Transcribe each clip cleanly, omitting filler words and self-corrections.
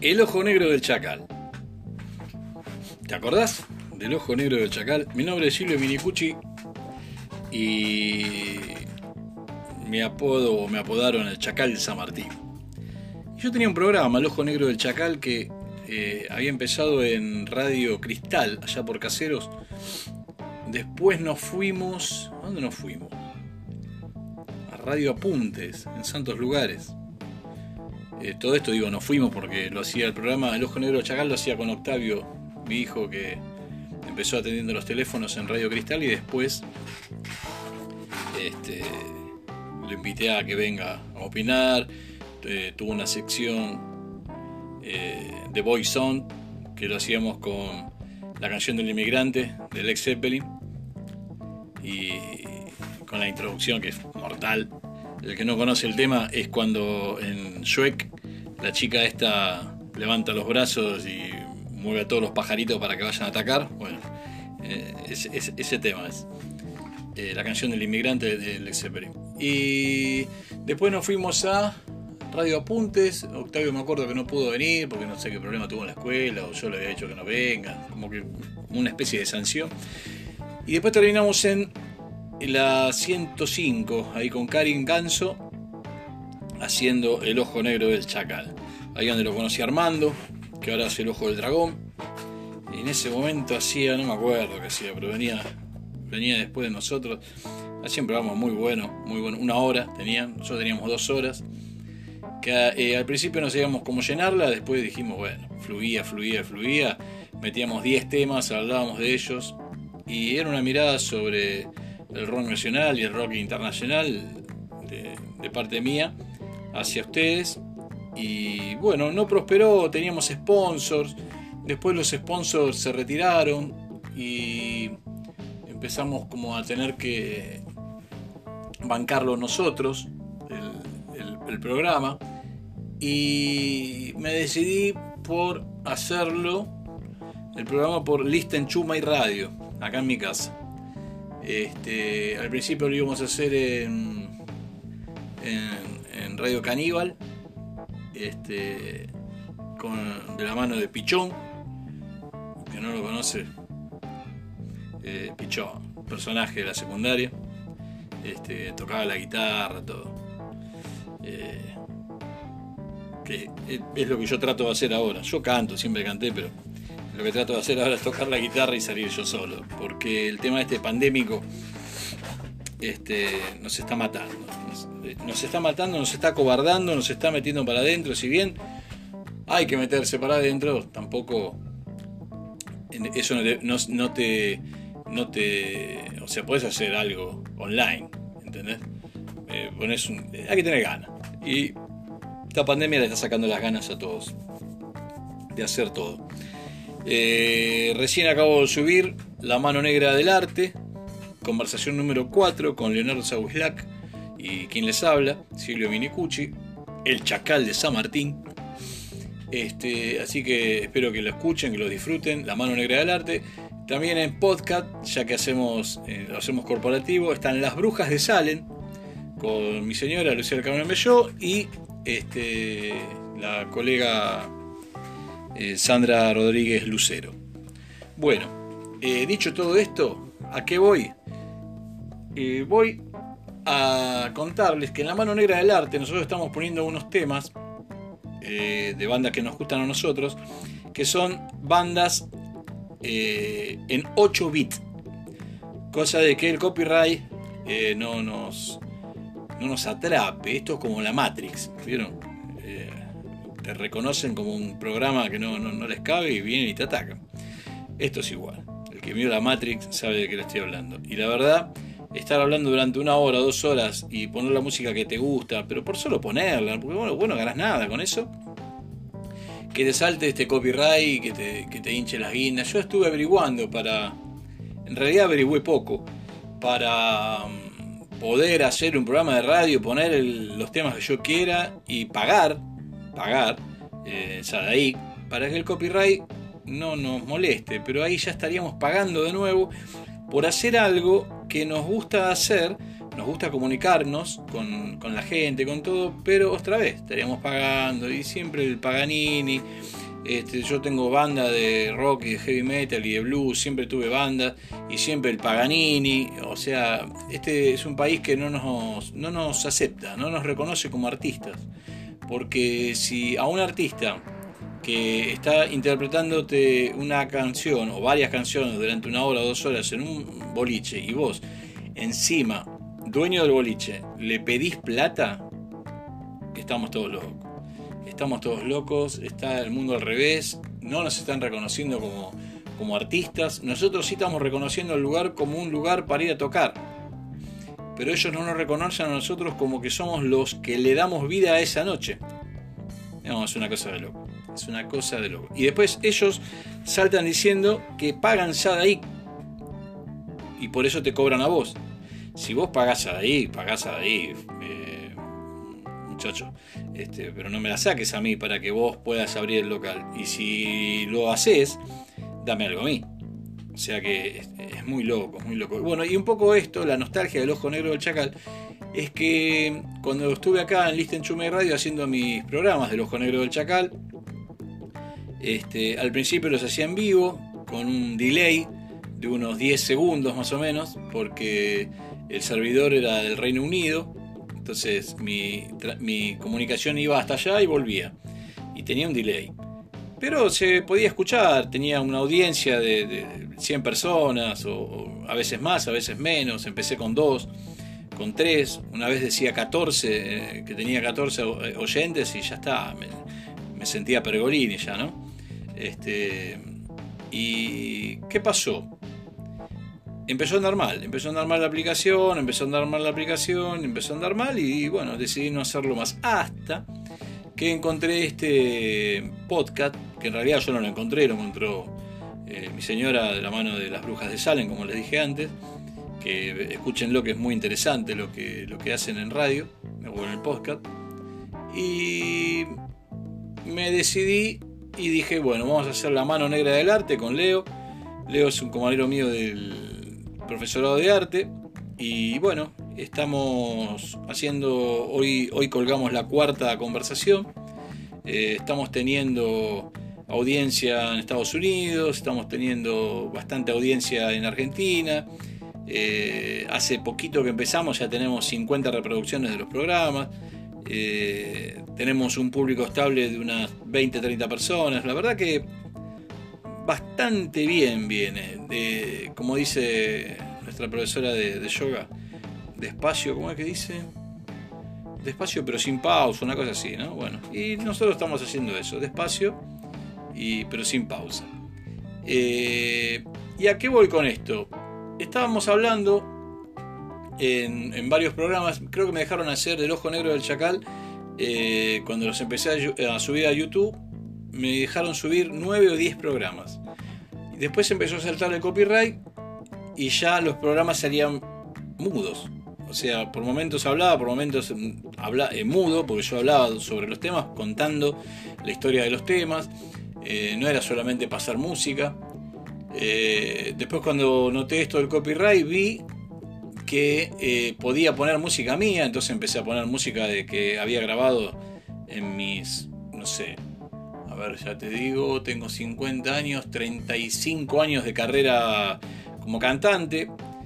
El ojo negro del chacal. ¿Te acordás del ojo negro del chacal? Mi nombre es Silvio Minicucci y me apodaron el Chacal de San Martín. Yo tenía un programa, El Ojo Negro del Chacal, que había empezado en Radio Cristal, allá por Caseros. Después nos fuimos... ¿A dónde nos fuimos? A Radio Apuntes, en Santos Lugares. Todo esto nos fuimos porque lo hacía el programa El Ojo Negro del Chacal, lo hacía con Octavio, mi hijo, que empezó atendiendo los teléfonos en Radio Cristal, y después lo invité a que venga a opinar. Tuvo una sección de Voice On, que lo hacíamos con la canción del inmigrante de Led Zeppelin, y con la introducción, que es mortal. El que no conoce el tema es cuando en Shrek la chica esta levanta los brazos y mueve a todos los pajaritos para que vayan a atacar. Bueno, ese tema es la canción del inmigrante de Led Zeppelin. Y después nos fuimos a Radio Apuntes. Octavio, me acuerdo que no pudo venir porque no sé qué problema tuvo en la escuela, o yo le había dicho que no venga, como una especie de sanción. Y después terminamos en la 105, ahí con Karin Ganso, haciendo El Ojo Negro del Chacal. Ahí donde lo conocí Armando, que ahora hace El Ojo del Dragón. Y en ese momento hacía, no me acuerdo qué hacía, pero venía después de nosotros. Hacía un programa muy bueno, una hora tenían, nosotros teníamos 2 horas. Que al principio no sabíamos cómo llenarla, después dijimos, bueno, fluía. Metíamos 10 temas, hablábamos de ellos. Y era una mirada sobre el rock nacional y el rock internacional de parte mía hacia ustedes. Y bueno, no prosperó, teníamos sponsors, después los sponsors se retiraron y empezamos como a tener que bancarlo nosotros, el programa, y me decidí por hacerlo, el programa, por Listen to My Radio, acá en mi casa. Al principio lo íbamos a hacer en Radio Caníbal, de la mano de Pichón, que no lo conoce. Pichón, personaje de la secundaria, tocaba la guitarra, todo, que es lo que yo trato de hacer ahora. Yo canto, siempre canté, pero lo que trato de hacer ahora es tocar la guitarra y salir yo solo, porque el tema pandémico nos está matando, nos está acobardando, nos está metiendo para adentro. Si bien hay que meterse para adentro, tampoco eso no te o sea, podés hacer algo online, ¿entendés? Hay que tener ganas, y esta pandemia le está sacando las ganas a todos de hacer todo. Recién acabo de subir La Mano Negra del Arte, conversación número 4 con Leonardo Sawislak y quien les habla, Silvio Minicucci, el Chacal de San Martín. Así que espero que lo escuchen, que lo disfruten, La Mano Negra del Arte. También en podcast, ya que lo hacemos corporativo, están Las Brujas de Salem, con mi señora Lucía del Carmen Melló y la colega Sandra Rodríguez Lucero. Bueno, dicho todo esto, ¿a qué voy? Voy a contarles que en La Mano Negra del Arte nosotros estamos poniendo unos temas de bandas que nos gustan a nosotros, que son bandas en 8 bits, cosa de que el copyright no nos atrape. Esto es como la Matrix, ¿vieron? Te reconocen como un programa que no les cabe y vienen y te atacan. Esto es igual. El que vio la Matrix sabe de qué le estoy hablando. Y la verdad, estar hablando durante 1 hora, 2 horas y poner la música que te gusta, pero por solo ponerla, porque bueno, ganás nada con eso. Que te salte este copyright, que te hinche las guindas. Yo estuve averiguando en realidad averigüé poco, para poder hacer un programa de radio, poner los temas que yo quiera y pagar, de ahí, para que el copyright no nos moleste. Pero ahí ya estaríamos pagando de nuevo por hacer algo que nos gusta hacer, nos gusta comunicarnos con la gente, con todo, pero otra vez estaríamos pagando, y siempre el Paganini. Yo tengo banda de rock y de heavy metal y de blues, siempre tuve banda y siempre el Paganini. O sea, este es un país que no nos acepta, no nos reconoce como artistas, porque si a un artista que está interpretándote una canción o varias canciones durante 1 hora o 2 horas en un boliche, y vos encima, dueño del boliche, le pedís plata, estamos todos locos. Estamos todos locos, está el mundo al revés, no nos están reconociendo como artistas. Nosotros sí estamos reconociendo el lugar como un lugar para ir a tocar, pero ellos no nos reconocen a nosotros como que somos los que le damos vida a esa noche. No, es una cosa de loco, es una cosa de loco. Y después ellos saltan diciendo que pagan ya de ahí, y por eso te cobran a vos. Si vos pagás a de ahí, muchacho, pero no me la saques a mí para que vos puedas abrir el local. Y si lo haces, dame algo a mí. O sea que es muy loco, muy loco. Bueno, y un poco esto, la nostalgia del Ojo Negro del Chacal, es que cuando estuve acá en Listen to Me Radio haciendo mis programas del Ojo Negro del Chacal, al principio los hacía en vivo, con un delay de unos 10 segundos más o menos, porque el servidor era del Reino Unido. Entonces mi comunicación iba hasta allá y volvía, y tenía un delay, pero se podía escuchar. Tenía una audiencia de 100 personas, o a veces más, a veces menos. Empecé con 2, con 3, una vez decía 14, que tenía 14 oyentes, y ya está, me sentía Pergolini ya, ¿no? ¿Y qué pasó? Empezó a andar mal la aplicación, empezó a andar mal, y bueno, decidí no hacerlo más, hasta que encontré este podcast, que en realidad yo no lo encontré, lo encontró mi señora de la mano de las Brujas de Salem, como les dije antes, que escúchenlo, que es muy interesante lo que hacen en radio o en el podcast. Y me decidí y dije, bueno, vamos a hacer La Mano Negra del Arte con Leo. Leo es un compañero mío del profesorado de arte, y bueno, estamos haciendo, hoy colgamos la 4ª conversación. Estamos teniendo audiencia en Estados Unidos, estamos teniendo bastante audiencia en Argentina. Hace poquito que empezamos, ya tenemos 50 reproducciones de los programas. Tenemos un público estable de unas 20-30 personas. La verdad que bastante bien viene. Como dice nuestra profesora de yoga, despacio, ¿cómo es que dice? Despacio pero sin pausa, una cosa así, ¿no? Bueno, y nosotros estamos haciendo eso, despacio pero sin pausa. ¿Y a qué voy con esto? Estábamos hablando en varios programas, creo que me dejaron hacer del Ojo Negro del Chacal, cuando los empecé a subir a YouTube, me dejaron subir 9 o 10 programas. Después empezó a saltar el copyright y ya los programas salían mudos. O sea, por momentos hablaba, por momentos mudo, porque yo hablaba sobre los temas, contando la historia de los temas. No era solamente pasar música. Después, cuando noté esto del copyright, vi que podía poner música mía. Entonces empecé a poner música de que había grabado en mis, no sé, a ver, ya te digo, tengo 50 años, 35 años de carrera como cantante,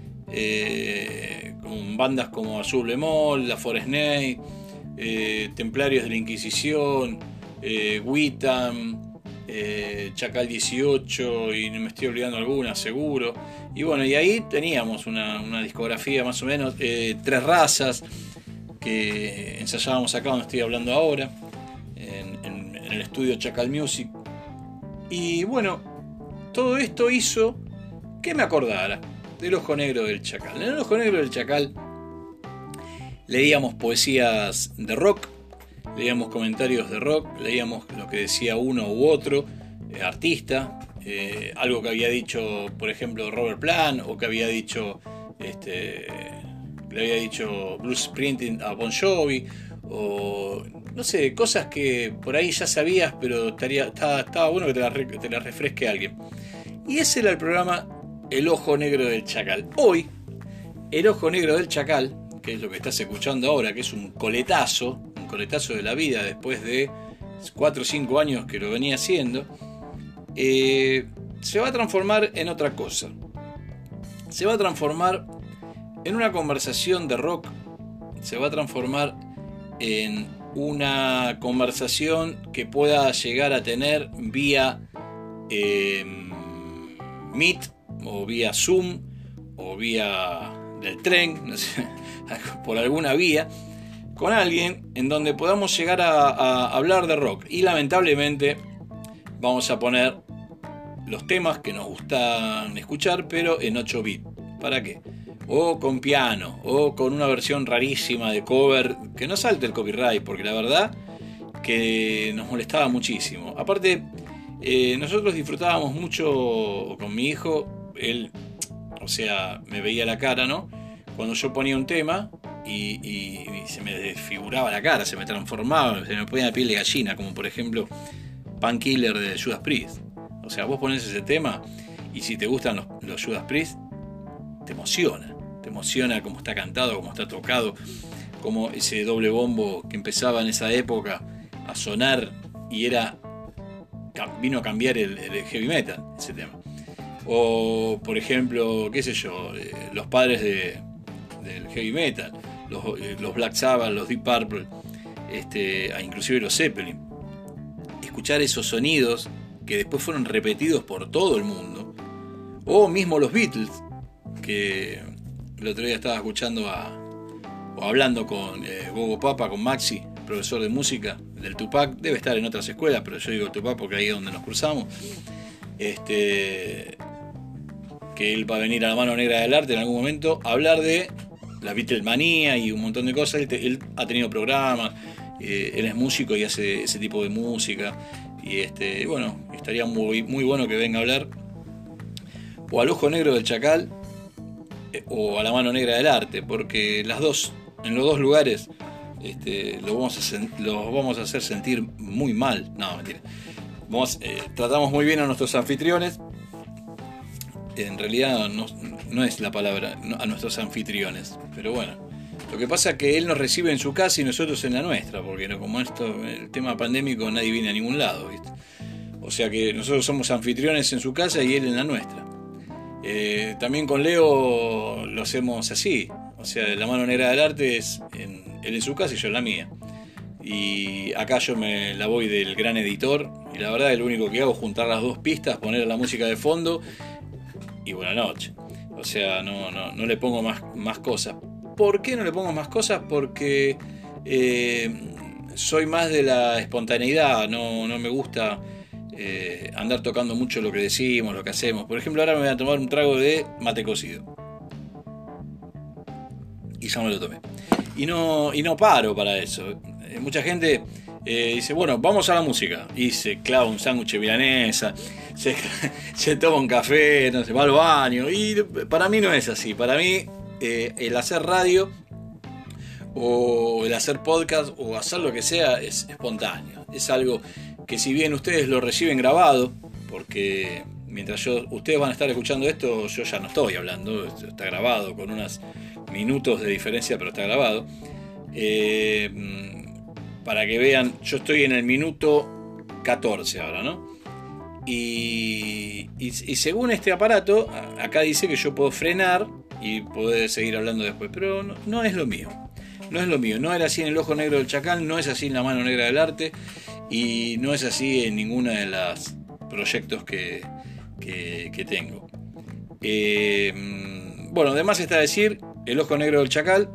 con bandas como Azul Bemol, La Forest Ney, Templarios de la Inquisición, Witam, Chacal 18, y me estoy olvidando alguna seguro. Y bueno, y ahí teníamos una discografía más o menos, 3 razas que ensayábamos acá donde estoy hablando ahora, en el estudio Chacal Music. Y bueno, todo esto hizo que me acordara del Ojo Negro del Chacal. En el Ojo Negro del Chacal leíamos poesías de rock, leíamos comentarios de rock, leíamos lo que decía uno u otro artista, algo que había dicho, por ejemplo, Robert Plant, o que había dicho le había dicho Bruce Springsteen a Bon Jovi, o no sé, cosas que por ahí ya sabías, pero estaba bueno que te la refresque alguien. Y ese era el programa El Ojo Negro del Chacal. Hoy, El Ojo Negro del Chacal, que es lo que estás escuchando ahora, que es un coletazo de la vida después de 4 o 5 años que lo venía haciendo, se va a transformar en otra cosa. Se va a transformar en una conversación de rock, se va a transformar en una conversación que pueda llegar a tener vía Meet o vía Zoom o vía del tren, no sé, por alguna vía, con alguien en donde podamos llegar a hablar de rock. Y lamentablemente vamos a poner los temas que nos gustan escuchar, pero en 8 bits. ¿Para qué? O con piano, o con una versión rarísima de cover, que no salte el copyright, porque la verdad que nos molestaba muchísimo. Aparte, nosotros disfrutábamos mucho con mi hijo, él, o sea, me veía la cara, ¿no? Cuando yo ponía un tema y se me desfiguraba la cara, se me transformaba, se me ponía la piel de gallina, como por ejemplo Painkiller de Judas Priest. O sea, vos ponés ese tema y si te gustan los Judas Priest, te emociona cómo está cantado, cómo está tocado, cómo ese doble bombo que empezaba en esa época a sonar y vino a cambiar el heavy metal, ese tema. O por ejemplo, qué sé yo, los padres del heavy metal, los Black Sabbath, los Deep Purple, inclusive los Zeppelin. Escuchar esos sonidos que después fueron repetidos por todo el mundo, o mismo los Beatles, que el otro día estaba escuchando o hablando con Gogo Papa, con Maxi, profesor de música del Tupac, debe estar en otras escuelas, pero yo digo Tupac porque ahí es donde nos cruzamos, que él va a venir a la Mano Negra del Arte en algún momento a hablar de la Beatlemanía y un montón de cosas. Él ha tenido programas, él es músico y hace ese tipo de música, y bueno, estaría muy, muy bueno que venga a hablar o al Ojo Negro del Chacal o a la Mano Negra del Arte, porque en los dos lugares los vamos a hacer sentir muy mal. No, mentira. Tratamos muy bien a nuestros anfitriones. En realidad no es la palabra, a nuestros anfitriones, pero bueno, lo que pasa es que él nos recibe en su casa y nosotros en la nuestra, porque como el tema pandémico, nadie viene a ningún lado, ¿viste? O sea que nosotros somos anfitriones en su casa y él en la nuestra. También con Leo lo hacemos así, o sea, la Mano Negra del Arte es él en su casa y yo en la mía. Y acá yo me la voy del gran editor y la verdad lo único que hago es juntar las dos pistas, poner la música de fondo y buena noche. O sea, no le pongo más cosas. ¿Por qué no le pongo más cosas? Porque soy más de la espontaneidad, no me gusta andar tocando mucho lo que decimos, lo que hacemos. Por ejemplo, ahora me voy a tomar un trago de mate cocido. Y ya me lo tomé. Y no paro para eso. Mucha gente dice, bueno, vamos a la música. Y se clava un sándwich milanesa, se toma un café, no sé, va al baño. Y para mí no es así. Para mí el hacer radio o el hacer podcast o hacer lo que sea es espontáneo. Es algo que si bien ustedes lo reciben grabado, porque mientras ustedes van a estar escuchando esto, yo ya no estoy hablando, esto está grabado con unos minutos de diferencia, pero está grabado. Para que vean, yo estoy en el minuto 14 ahora, ¿no? Y según este aparato, acá dice que yo puedo frenar y poder seguir hablando después, pero no es lo mío. No es lo mío, no era así en el Ojo Negro del Chacal, no es así en la Mano Negra del Arte y no es así en ninguna de los proyectos que tengo. Bueno, además está decir, el Ojo Negro del Chacal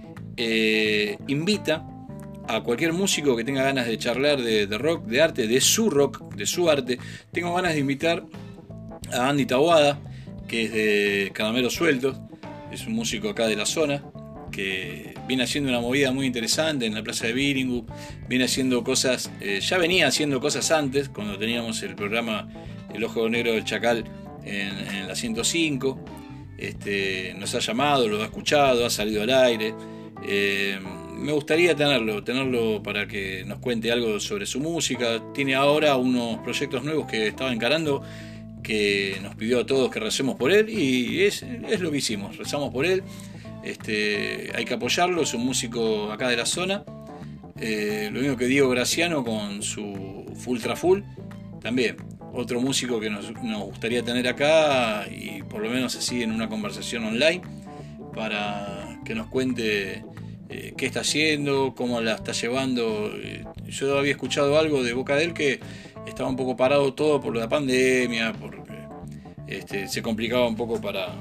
invita a cualquier músico que tenga ganas de charlar de rock, de arte, de su arte. Tengo ganas de invitar a Andy Taboada, que es de Caramelos Sueltos, es un músico acá de la zona, que viene haciendo una movida muy interesante en la plaza de Biringu, viene haciendo cosas, ya venía haciendo cosas antes, cuando teníamos el programa El Ojo Negro del Chacal en la 105, nos ha llamado, lo ha escuchado, ha salido al aire. Me gustaría tenerlo para que nos cuente algo sobre su música. Tiene ahora unos proyectos nuevos que estaba encarando, que nos pidió a todos que recemos por él, y es lo que hicimos, rezamos por él. hay que apoyarlo, es un músico acá de la zona. Lo mismo que Diego Graciano con su Ultra Full, también otro músico que nos gustaría tener acá, y por lo menos así en una conversación online, para que nos cuente qué está haciendo, cómo la está llevando. Yo había escuchado algo de boca de él que estaba un poco parado todo por la pandemia, porque se complicaba un poco para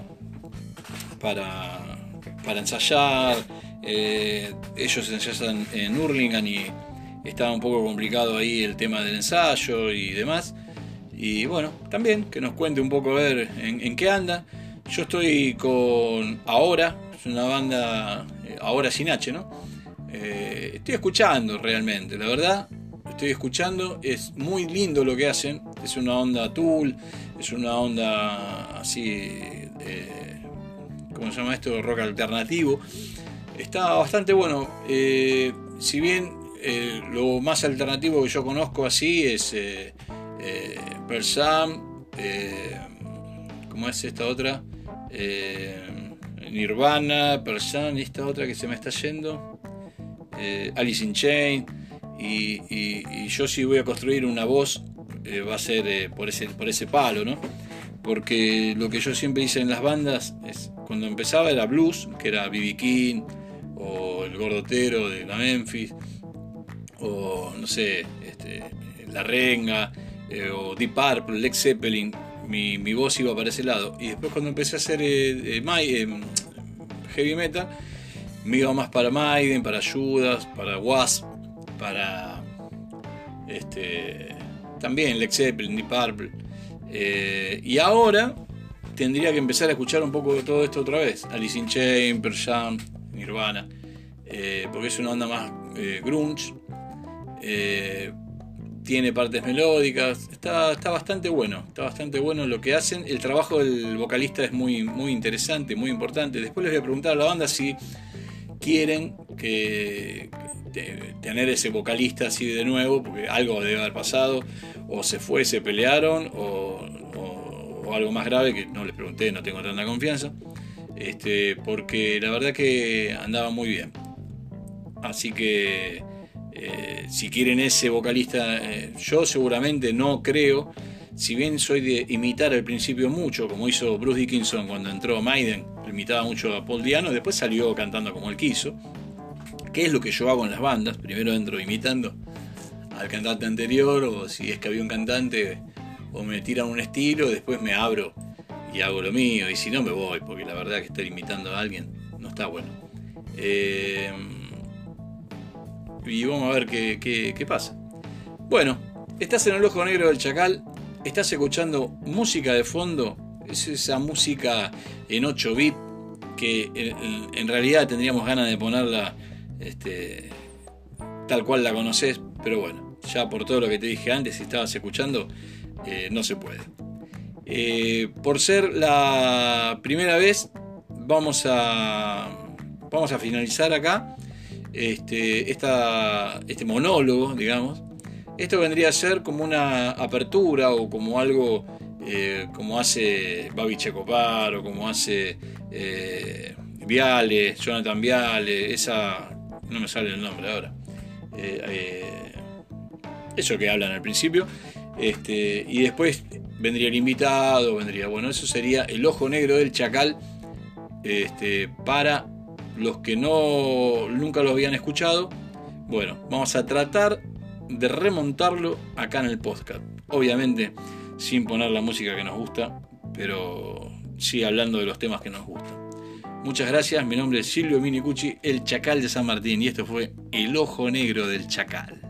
ensayar. Ellos ensayan en Hurlingham y estaba un poco complicado ahí el tema del ensayo y demás. Y bueno, también que nos cuente un poco a ver en qué anda. Yo estoy con Ahora, es una banda, Ahora sin H, ¿no? Estoy escuchando realmente, la verdad, estoy escuchando, es muy lindo lo que hacen, es una onda Tool, es una onda así, ¿cómo se llama esto? Rock alternativo. Está bastante bueno, si bien lo más alternativo que yo conozco así es Pearl Jam, ¿cómo es esta otra? Nirvana, Pearl Jam, y esta otra que se me está yendo, Alice in Chains, y yo si voy a construir una voz va a ser por ese palo, ¿no? Porque lo que yo siempre hice en las bandas es, cuando empezaba era blues, que era B.B. King o el Gordotero de la Memphis, o no sé, La Renga, o Deep Purple, Led Zeppelin. Mi voz iba para ese lado, y después cuando empecé a hacer heavy metal, me iba más para Maiden, para Judas, para Wasp, para también Led Zeppelin, Deep Purple, y ahora tendría que empezar a escuchar un poco de todo esto otra vez, Alice in Chains, Pearl Jam, Nirvana, porque es una onda más grunge, tiene partes melódicas, está bastante bueno, lo que hacen. El trabajo del vocalista es muy, muy interesante, muy importante. Después les voy a preguntar a la banda si quieren tener ese vocalista así de nuevo, porque algo debe haber pasado, o se pelearon, o algo más grave que no les pregunté, no tengo tanta confianza, porque la verdad que andaba muy bien. Así que si quieren ese vocalista, yo seguramente no creo, si bien soy de imitar al principio mucho, como hizo Bruce Dickinson cuando entró a Maiden, imitaba mucho a Paul Diano, después salió cantando como él quiso, que es lo que yo hago en las bandas. Primero entro imitando al cantante anterior, o si es que había un cantante, o me tiran un estilo, después me abro y hago lo mío, y si no me voy, porque la verdad que estar imitando a alguien no está bueno. Y vamos a ver qué pasa. Bueno, estás en el Ojo Negro del Chacal, estás escuchando música de fondo, es esa música en 8 bits que en realidad tendríamos ganas de ponerla tal cual la conoces, pero bueno, ya por todo lo que te dije antes, si estabas escuchando, no se puede. Por ser la primera vez, vamos a finalizar acá este monólogo, digamos. Esto vendría a ser como una apertura, o como algo como hace Babi Checopar, o como hace Viale, Jonathan Viale, esa, no me sale el nombre ahora, eso que hablan al principio, y después vendría el invitado, bueno, eso sería el Ojo Negro del Chacal, para los que nunca lo habían escuchado. Bueno, vamos a tratar de remontarlo acá en el podcast, obviamente sin poner la música que nos gusta, pero sí hablando de los temas que nos gustan. Muchas gracias, mi nombre es Silvio Minicucci, el Chacal de San Martín, y esto fue El Ojo Negro del Chacal.